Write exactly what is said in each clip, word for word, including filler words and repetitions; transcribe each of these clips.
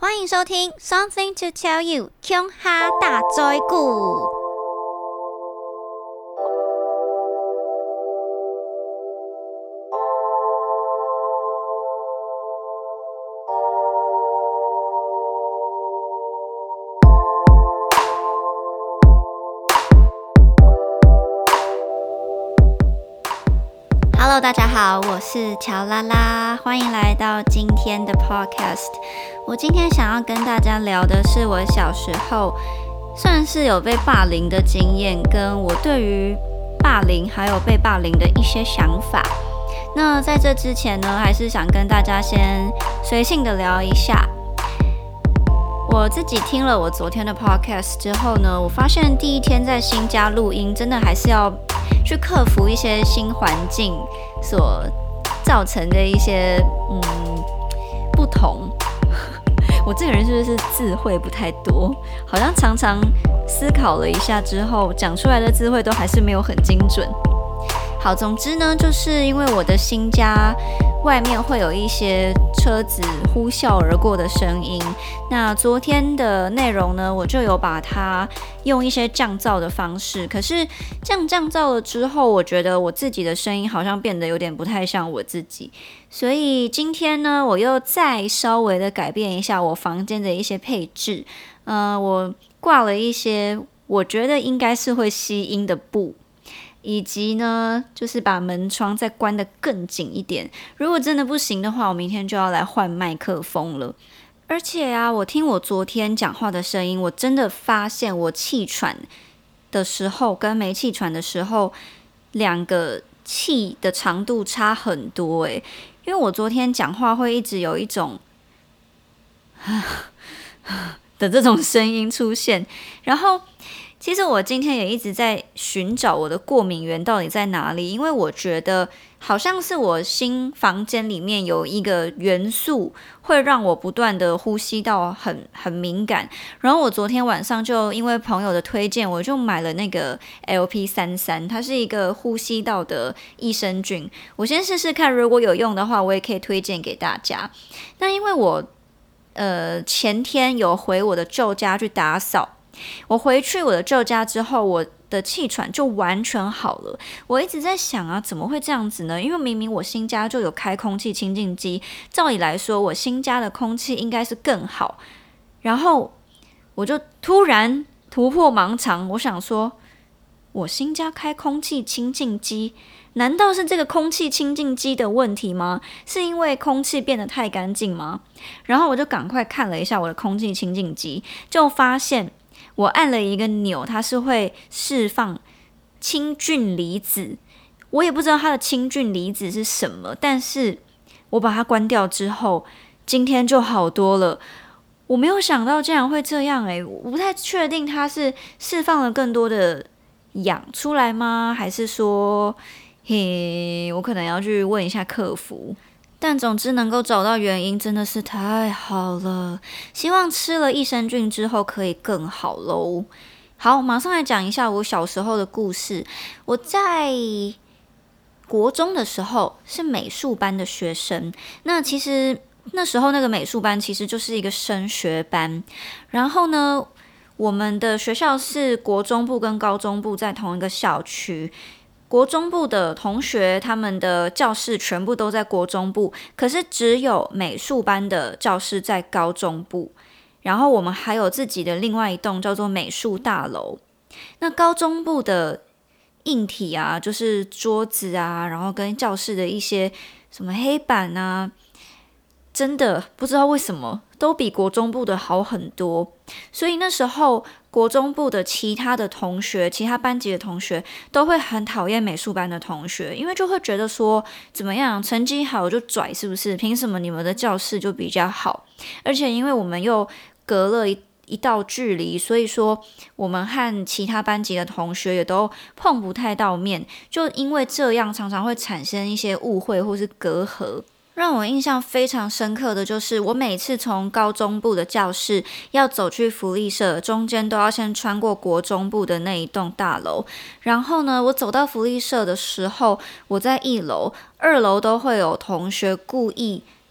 欢迎收听 Something to Tell You 琼哈大灾故。Hello， 大家好，我是乔拉拉，欢迎来到今天的 Podcast。我今天想要跟大家聊的是我小时候算是有被霸凌的经验，跟我对于霸凌还有被霸凌的一些想法。那在这之前呢，还是想跟大家先随性的聊一下。我自己听了我昨天的 podcast 之后呢，我发现第一天在新家录音，真的还是要去克服一些新环境所造成的一些嗯不同。我这个人是不是智慧不太多？好像常常思考了一下之后，讲出来的智慧都还是没有很精准。好，总之呢，就是因为我的新家外面会有一些车子呼啸而过的声音，那昨天的内容呢，我就有把它用一些降噪的方式，可是这样降噪了之后，我觉得我自己的声音好像变得有点不太像我自己，所以今天呢，我又再稍微的改变一下我房间的一些配置，呃，我挂了一些我觉得应该是会吸音的布。以及呢，就是把门窗再关得更紧一点。如果真的不行的话，我明天就要来换麦克风了。而且啊，我听我昨天讲话的声音，我真的发现我气喘的时候跟没气喘的时候，两个气的长度差很多诶。因为我昨天讲话会一直有一种的这种声音出现，然后其实我今天也一直在寻找我的过敏源到底在哪里，因为我觉得好像是我新房间里面有一个元素会让我不断的呼吸道很很敏感，然后我昨天晚上就因为朋友的推荐，我就买了那个 L P 三十三，它是一个呼吸道的益生菌，我先试试看，如果有用的话，我也可以推荐给大家。那因为我呃前天有回我的旧家去打扫。我回去我的旧家之后，我的气喘就完全好了。我一直在想啊，怎么会这样子呢？因为明明我新家就有开空气清净机，照理来说，我新家的空气应该是更好。然后我就突然突破盲肠，我想说，我新家开空气清净机，难道是这个空气清净机的问题吗？是因为空气变得太干净吗？然后我就赶快看了一下我的空气清净机，就发现我按了一个钮，它是会释放氢菌离子，我也不知道它的氢菌离子是什么，但是我把它关掉之后，今天就好多了。我没有想到竟然会这样诶，我不太确定它是释放了更多的氧出来吗？还是说，嘿，我可能要去问一下客服。但总之能够找到原因真的是太好了，希望吃了益生菌之后可以更好咯。好，马上来讲一下我小时候的故事。我在国中的时候是美术班的学生，那其实那时候那个美术班其实就是一个升学班，然后呢，我们的学校是国中部跟高中部在同一个校区。国中部的同学，他们的教室全部都在国中部，可是只有美术班的教室在高中部。然后我们还有自己的另外一栋叫做美术大楼。那高中部的硬体啊，就是桌子啊，然后跟教室的一些什么黑板啊，真的不知道为什么都比国中部的好很多。所以那时候国中部的其他的同学，其他班级的同学都会很讨厌美术班的同学，因为就会觉得说怎么样，成绩好就拽是不是？凭什么你们的教室就比较好？而且因为我们又隔了一一道距离，所以说我们和其他班级的同学也都碰不太到面，就因为这样常常会产生一些误会或是隔阂。让我印象非常深刻的就是，我每次从高中部的教室要走去福利社，中间都要先穿过国中部的那一栋大楼。然后呢，我走到福利社的时候，我在一楼、二楼都会有同学故意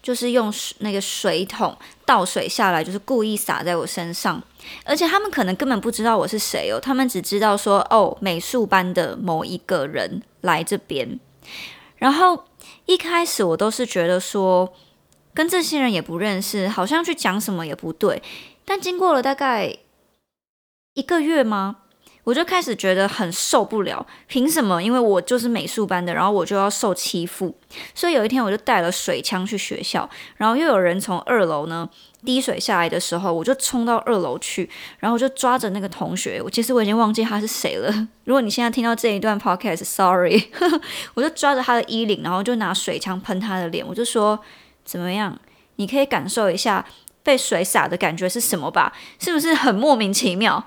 就是用那个水桶倒水下来，就是故意洒在我身上。而且他们可能根本不知道我是谁哦，他们只知道说哦，美术班的某一个人来这边。然后一开始我都是觉得说跟这些人也不认识，好像去讲什么也不对。但经过了大概一个月吗？我就开始觉得很受不了，凭什么？因为我就是美术班的，然后我就要受欺负。所以有一天我就带了水枪去学校，然后又有人从二楼呢滴水下来的时候，我就冲到二楼去，然后我就抓着那个同学，我其实我已经忘记他是谁了。如果你现在听到这一段 podcast，sorry， 我就抓着他的衣领，然后就拿水枪喷他的脸，我就说怎么样？你可以感受一下被水洒的感觉是什么吧？是不是很莫名其妙？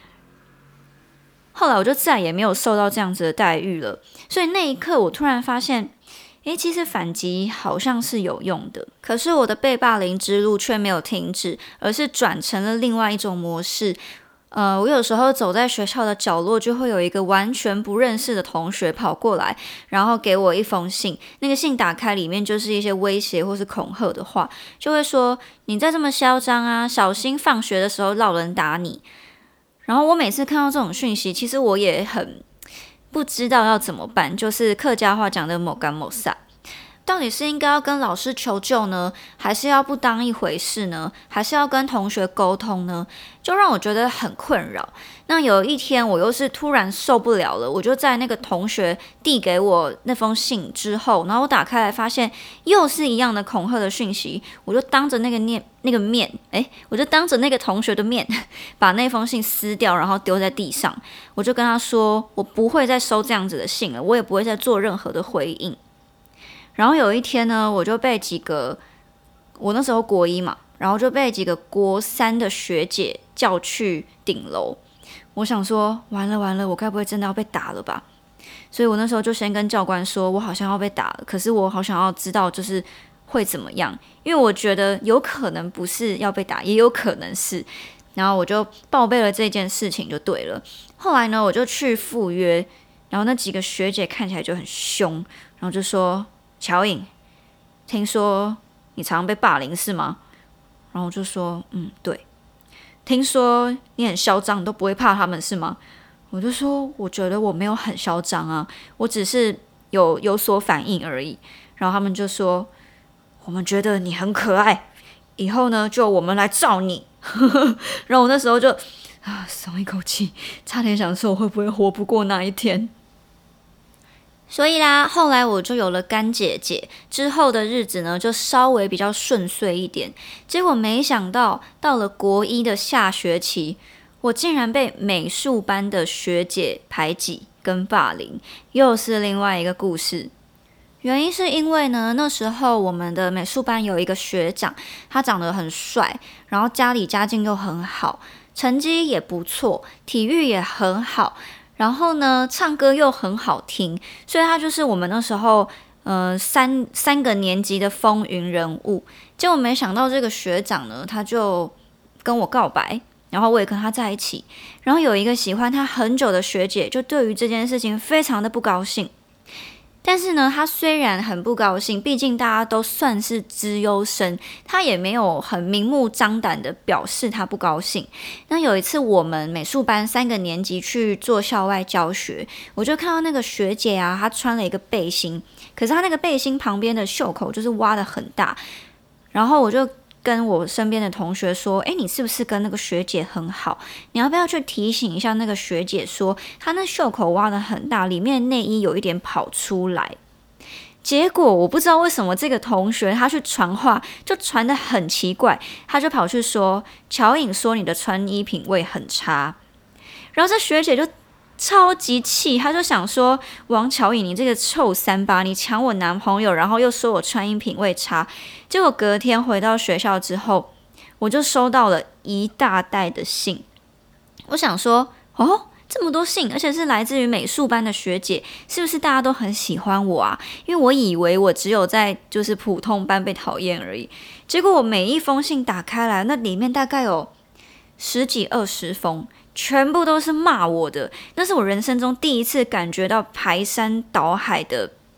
后来我就再也没有受到这样子的待遇了，所以那一刻我突然发现，诶，其实反击好像是有用的。可是我的被霸凌之路却没有停止，而是转成了另外一种模式。呃，我有时候走在学校的角落，就会有一个完全不认识的同学跑过来，然后给我一封信。那个信打开，里面就是一些威胁或是恐吓的话，就会说你再这么嚣张啊，小心放学的时候落人打你。然后我每次看到这种讯息，其实我也很不知道要怎么办，就是客家话讲的某干某撒，到底是应该要跟老师求救呢，还是要不当一回事呢，还是要跟同学沟通呢？就让我觉得很困扰。那有一天我又是突然受不了了，我就在那个同学递给我那封信之后，然后我打开来发现又是一样的恐吓的讯息，我就当着那个念那个面，诶，我就当着那个同学的面把那封信撕掉，然后丢在地上。我就跟他说，我不会再收这样子的信了，我也不会再做任何的回应。然后有一天呢，我就被几个，我那时候国一嘛，然后就被几个国三的学姐叫去顶楼。我想说，完了完了，我该不会真的要被打了吧？所以我那时候就先跟教官说，我好像要被打了，可是我好想要知道就是会怎么样，因为我觉得有可能不是要被打，也有可能是。然后我就报备了这件事情就对了。后来呢，我就去赴约，然后那几个学姐看起来就很凶，然后就说，乔颖，听说你常常被霸凌是吗？然后我就说，嗯，对。听说你很嚣张，你都不会怕他们是吗？我就说，我觉得我没有很嚣张啊，我只是有有所反应而已。然后他们就说，我们觉得你很可爱，以后呢就我们来罩你。然后我那时候就啊松一口气，差点想说我会不会活不过那一天。所以啦，后来我就有了干姐姐，之后的日子呢就稍微比较顺遂一点。结果没想到到了国一的下学期，我竟然被美术班的学姐排挤跟霸凌，又是另外一个故事。原因是因为呢，那时候我们的美术班有一个学长，他长得很帅，然后家里家境又很好，成绩也不错，体育也很好。然后呢，唱歌又很好听，所以他就是我们那时候呃三三个年级的风云人物。结果没想到这个学长呢，他就跟我告白，然后我也跟他在一起。然后有一个喜欢他很久的学姐，就对于这件事情非常的不高兴。但是呢，他虽然很不高兴，毕竟大家都算是资优生，他也没有很明目张胆的表示他不高兴。那有一次我们美术班三个年级去做校外教学，我就看到那个学姐啊，她穿了一个背心，可是她那个背心旁边的袖口就是挖得很大，然后我就跟我身边的同学说，诶，你是不是跟那个学姐很好？你要不要去提醒一下那个学姐说，她那袖口挖得很大，里面的内衣有一点跑出来。结果我不知道为什么这个同学他去传话就传得很奇怪，他就跑去说，乔颖说你的穿衣品味很差。然后这学姐就超级气，他就想说，王乔颖，你这个臭三八，你抢我男朋友，然后又说我穿衣品味差。结果隔天回到学校之后，我就收到了一大袋的信。我想说，哦，这么多信，而且是来自于美术班的学姐，是不是大家都很喜欢我啊？因为我以为我只有在就是普通班被讨厌而已。结果我每一封信打开来，那里面大概有十几二十封，全部都是骂我的。那是我人生中第一次感觉到排山倒海的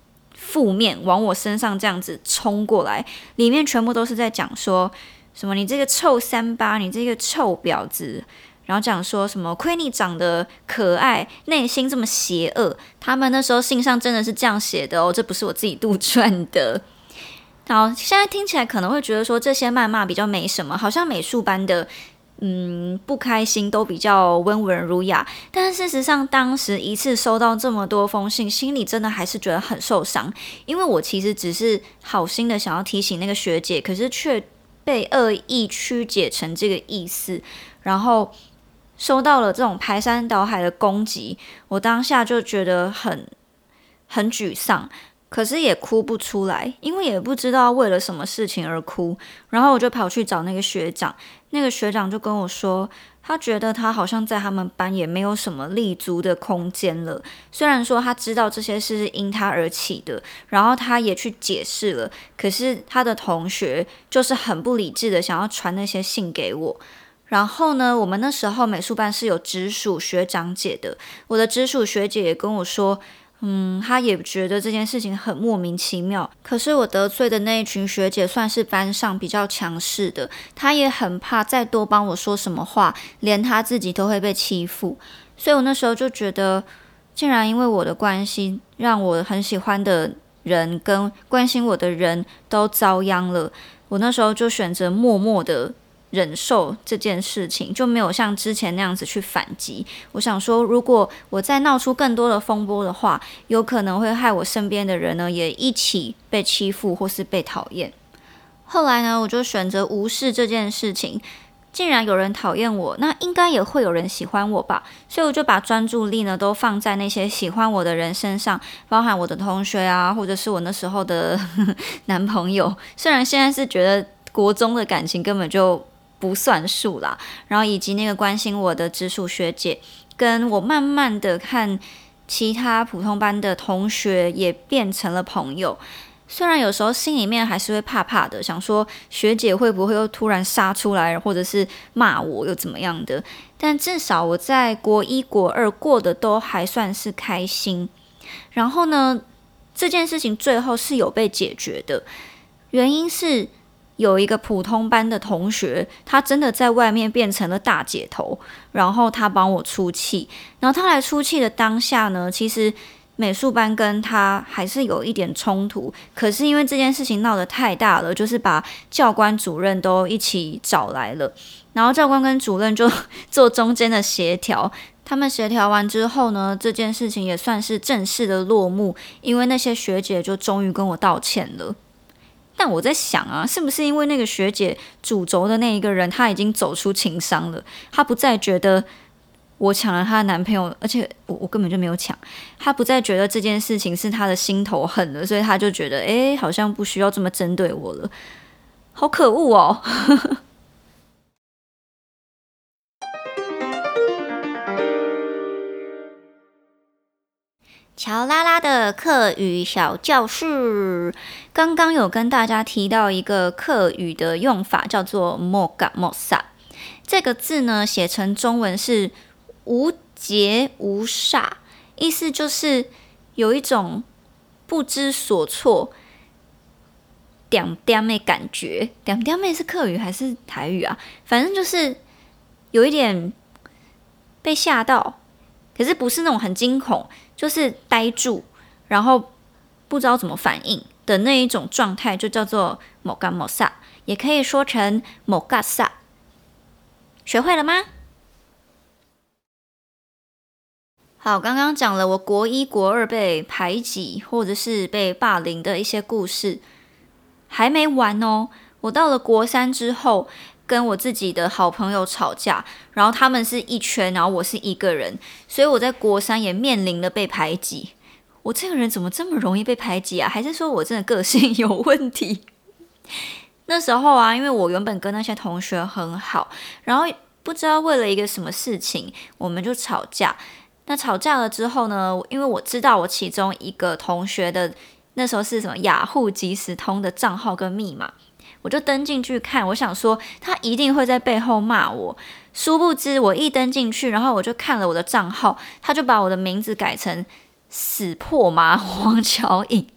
负面往我身上这样子冲过来，里面全部都是在讲说什么你这个臭三八，你这个臭婊子，然后讲说什么亏你长得可爱，内心这么邪恶。他们那时候信上真的是这样写的哦，这不是我自己杜撰的。好，现在听起来可能会觉得说这些谩骂比较没什么，好像美术班的嗯，不开心都比较温文儒雅，但事实上当时一次收到这么多封信，心里真的还是觉得很受伤。因为我其实只是好心的想要提醒那个学姐，可是却被恶意曲解成这个意思，然后收到了这种排山倒海的攻击，我当下就觉得很很沮丧，可是也哭不出来，因为也不知道为了什么事情而哭。然后我就跑去找那个学长，那个学长就跟我说，他觉得他好像在他们班也没有什么立足的空间了。虽然说他知道这些事是因他而起的，然后他也去解释了，可是他的同学就是很不理智的想要传那些信给我。然后呢，我们那时候美术班是有直属学长姐的，我的直属学姐也跟我说，嗯，她也觉得这件事情很莫名其妙。可是我得罪的那一群学姐算是班上比较强势的，她也很怕再多帮我说什么话，连她自己都会被欺负。所以我那时候就觉得，竟然因为我的关系，让我很喜欢的人跟关心我的人都遭殃了。我那时候就选择默默的忍受这件事情，就没有像之前那样子去反击。我想说，如果我再闹出更多的风波的话，有可能会害我身边的人呢也一起被欺负或是被讨厌。后来呢，我就选择无视这件事情。既然有人讨厌我，那应该也会有人喜欢我吧，所以我就把专注力呢都放在那些喜欢我的人身上，包含我的同学啊，或者是我那时候的男朋友。虽然现在是觉得国中的感情根本就不算数啦，然后以及那个关心我的直属学姐，跟我慢慢的看其他普通班的同学也变成了朋友。虽然有时候心里面还是会怕怕的，想说学姐会不会又突然杀出来，或者是骂我又怎么样的，但至少我在国一国二过得都还算是开心。然后呢，这件事情最后是有被解决的，原因是有一个普通班的同学，他真的在外面变成了大姐头，然后他帮我出气。然后他来出气的当下呢，其实美术班跟他还是有一点冲突，可是因为这件事情闹得太大了，就是把教官主任都一起找来了，然后教官跟主任就做中间的协调。他们协调完之后呢，这件事情也算是正式的落幕，因为那些学姐就终于跟我道歉了。但我在想啊，是不是因为那个学姐主轴的那一个人，他已经走出情伤了，他不再觉得我抢了她的男朋友，而且我我根本就没有抢，他不再觉得这件事情是他的心头恨了，所以他就觉得，诶，好像不需要这么针对我了，好可恶哦！乔拉拉的客语小教室，刚刚有跟大家提到一个客语的用法，叫做 moga mosa。这个字呢，写成中文是无节无煞，意思就是有一种不知所措、点点的感觉。点点的是客语还是台语啊？反正就是有一点被吓到，可是不是那种很惊恐，就是呆住，然后不知道怎么反应的那一种状态，就叫做某干某萨，也可以说成某嘎萨。学会了吗？好，刚刚讲了我国一国二被排挤或者是被霸凌的一些故事，还没完哦。我到了国三之后，跟我自己的好朋友吵架，然后他们是一圈，然后我是一个人，所以我在国三也面临了被排挤。我这个人怎么这么容易被排挤啊？还是说我真的个性有问题？那时候啊，因为我原本跟那些同学很好，然后不知道为了一个什么事情，我们就吵架。那吵架了之后呢，因为我知道我其中一个同学的那时候是什么雅虎即时通的账号跟密码，我就登进去看，我想说他一定会在背后骂我。殊不知我一登进去，然后我就看了我的账号，他就把我的名字改成死破麻黄巧颖。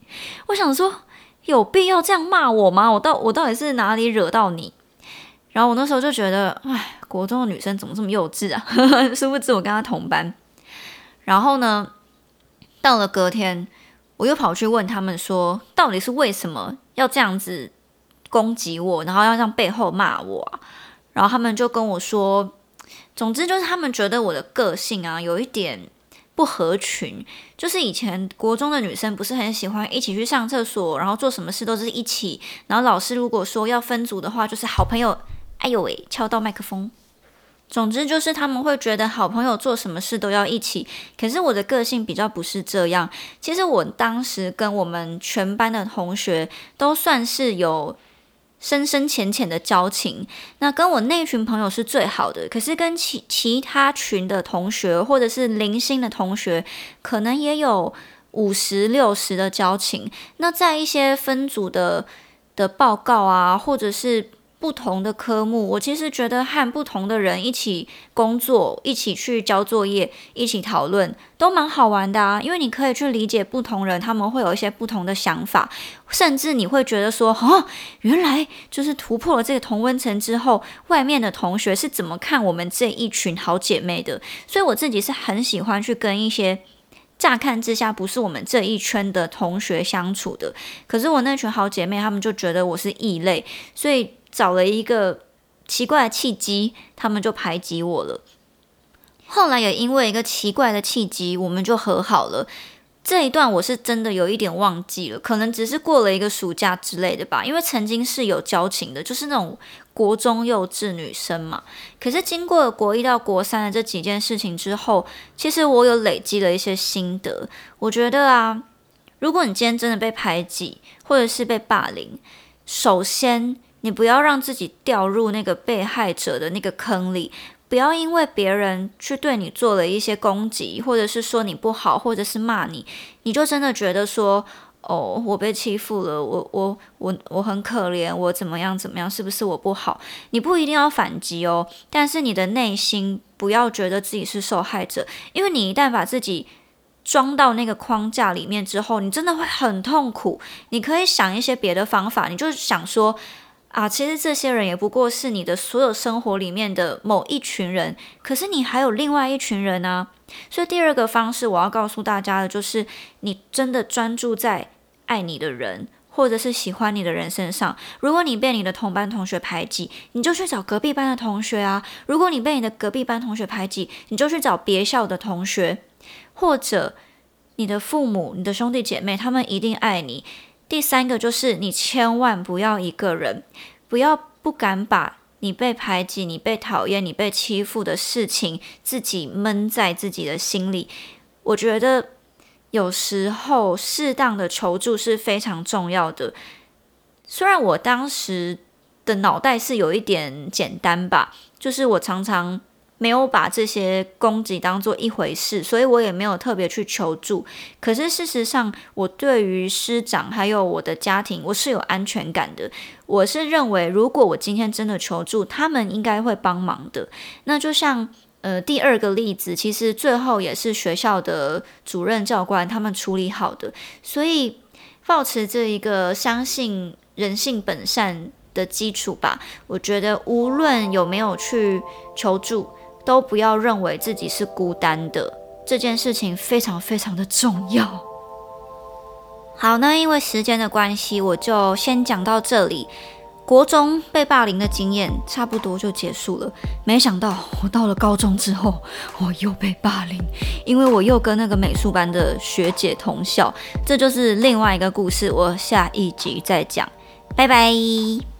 我想说，有必要这样骂我吗？我到我到底是哪里惹到你？然后我那时候就觉得，哎，国中的女生怎么这么幼稚啊？殊不知我跟她同班。然后呢，到了隔天，我又跑去问他们说，到底是为什么要这样子攻击我，然后要让背后骂我啊？然后他们就跟我说，总之就是他们觉得我的个性啊有一点不合群，就是以前国中的女生不是很喜欢一起去上厕所，然后做什么事都是一起，然后老师如果说要分组的话，就是好朋友，哎呦喂，敲到麦克风。总之就是他们会觉得好朋友做什么事都要一起，可是我的个性比较不是这样。其实我当时跟我们全班的同学都算是有深深浅浅的交情，那跟我那群朋友是最好的，可是跟其其他群的同学或者是零星的同学，可能也有五十六十的交情。那在一些分组的的报告啊，或者是不同的科目，我其实觉得和不同的人一起工作，一起去交作业，一起讨论，都蛮好玩的啊。因为你可以去理解不同人，他们会有一些不同的想法，甚至你会觉得说，哦，原来就是突破了这个同温层之后，外面的同学是怎么看我们这一群好姐妹的。所以我自己是很喜欢去跟一些乍看之下不是我们这一圈的同学相处的，可是我那群好姐妹，她们就觉得我是异类，所以找了一个奇怪的契机，他们就排挤我了。后来也因为一个奇怪的契机，我们就和好了。这一段我是真的有一点忘记了，可能只是过了一个暑假之类的吧。因为曾经是有交情的，就是那种国中幼稚女生嘛。可是经过了国一到国三的这几件事情之后，其实我有累积了一些心得。我觉得啊，如果你今天真的被排挤，或者是被霸凌，首先你不要让自己掉入那个被害者的那个坑里，不要因为别人去对你做了一些攻击，或者是说你不好，或者是骂你，你就真的觉得说，哦，我被欺负了，我我我我很可怜，我怎么样怎么样，是不是我不好？你不一定要反击哦，但是你的内心不要觉得自己是受害者，因为你一旦把自己装到那个框架里面之后，你真的会很痛苦。你可以想一些别的方法，你就想说，啊，其实这些人也不过是你的所有生活里面的某一群人，可是你还有另外一群人啊。所以第二个方式我要告诉大家的就是，你真的专注在爱你的人或者是喜欢你的人身上。如果你被你的同班同学排挤，你就去找隔壁班的同学啊。如果你被你的隔壁班同学排挤，你就去找别校的同学，或者你的父母、你的兄弟姐妹，他们一定爱你。第三个就是你千万不要一个人，不要不敢把你被排挤、你被讨厌、你被欺负的事情自己闷在自己的心里。我觉得有时候适当的求助是非常重要的。虽然我当时的脑袋是有一点简单吧，就是我常常没有把这些攻击当作一回事，所以我也没有特别去求助。可是事实上，我对于师长还有我的家庭，我是有安全感的。我是认为，如果我今天真的求助，他们应该会帮忙的。那就像呃第二个例子，其实最后也是学校的主任教官他们处理好的。所以抱持这一个相信人性本善的基础吧，我觉得无论有没有去求助，都不要认为自己是孤单的，这件事情非常非常的重要。好，那因为时间的关系，我就先讲到这里。国中被霸凌的经验差不多就结束了。没想到我到了高中之后，我又被霸凌，因为我又跟那个美术班的学姐同校，这就是另外一个故事，我下一集再讲。拜拜。